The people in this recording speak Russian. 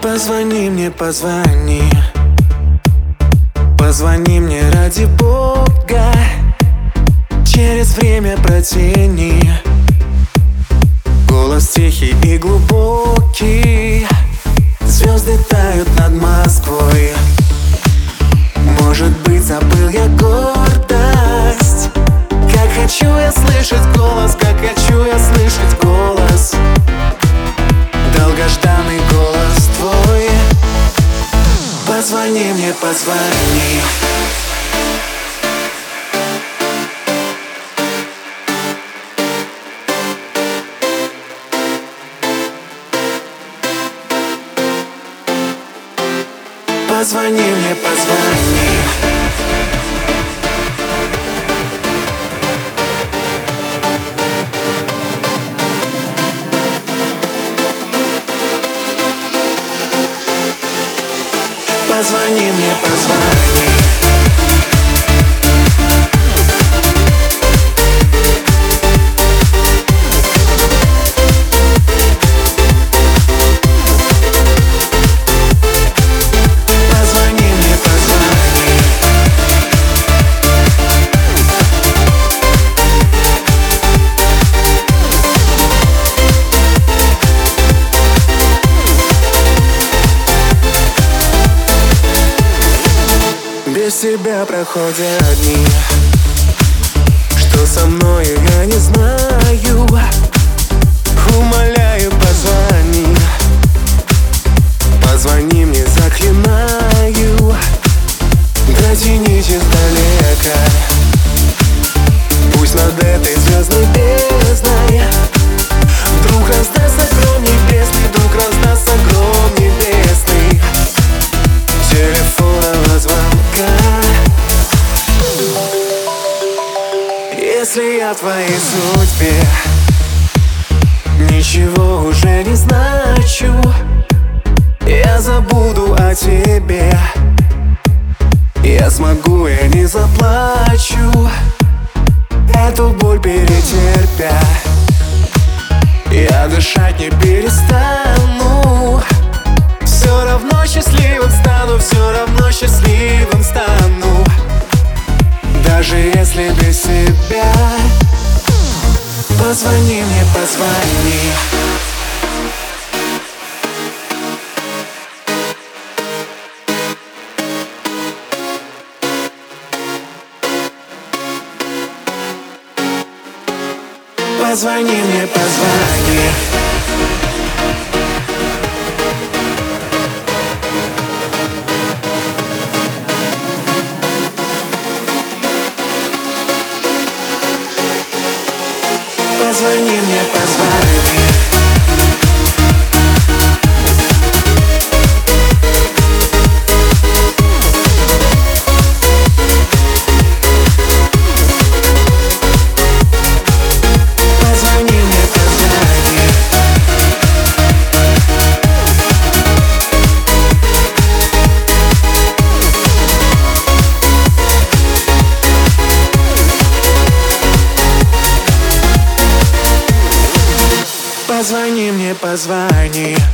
Позвони мне, позвони. Позвони мне ради Бога. Через время протяни. Голос тихий и глубокий. Звезды тают над Москвой. Может быть, забыл я гордость. Как хочу я слышать голос, как хочу я слышать голос. Долгожданный голос твой. Позвони мне, позвони. Позвони мне, позвони. Позвони мне, позвони. Без тебя проходят дни. Что со мной, я не знаю. Умоляю, позвони. Позвони мне, заклинаю. Дотянись издалека. Пусть над этой звездной бездной вдруг раздастся гром небесный, вдруг раздастся гром небесный телефонного звонка. Если я в твоей судьбе ничего уже не значу, я забуду о тебе. Я смогу, я не заплачу, эту боль перетерпя. Я дышать не перестану. Все равно счастливым стану, все равно счастливым стану. Даже если без тебя. Позвони мне, позвони. Позвони мне, позвони. Позвони мне, позвони. Позвони мне, позвони. Позвони мне, позвони.